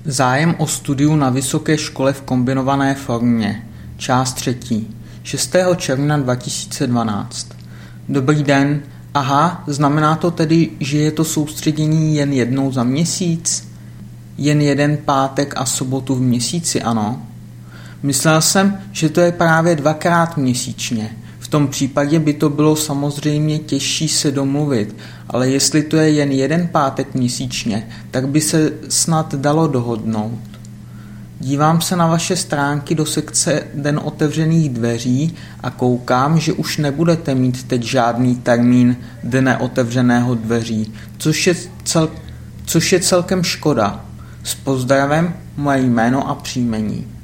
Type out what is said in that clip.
Zájem o studium na vysoké škole v kombinované formě. Část 3. 6. června 2012. Dobrý den. Aha, znamená to tedy, že je to soustředění jen jednou za měsíc? Jen jeden pátek a sobotu v měsíci, ano? Myslel jsem, že to je právě 2krát měsíčně. V tom případě by to bylo samozřejmě těžší se domluvit, ale jestli to je jen jeden pátek měsíčně, tak by se snad dalo dohodnout. Dívám se na vaše stránky do sekce Den otevřených dveří a koukám, že už nebudete mít teď žádný termín Dne otevřeného dveří, což je celkem škoda. S pozdravem, moje jméno a příjmení.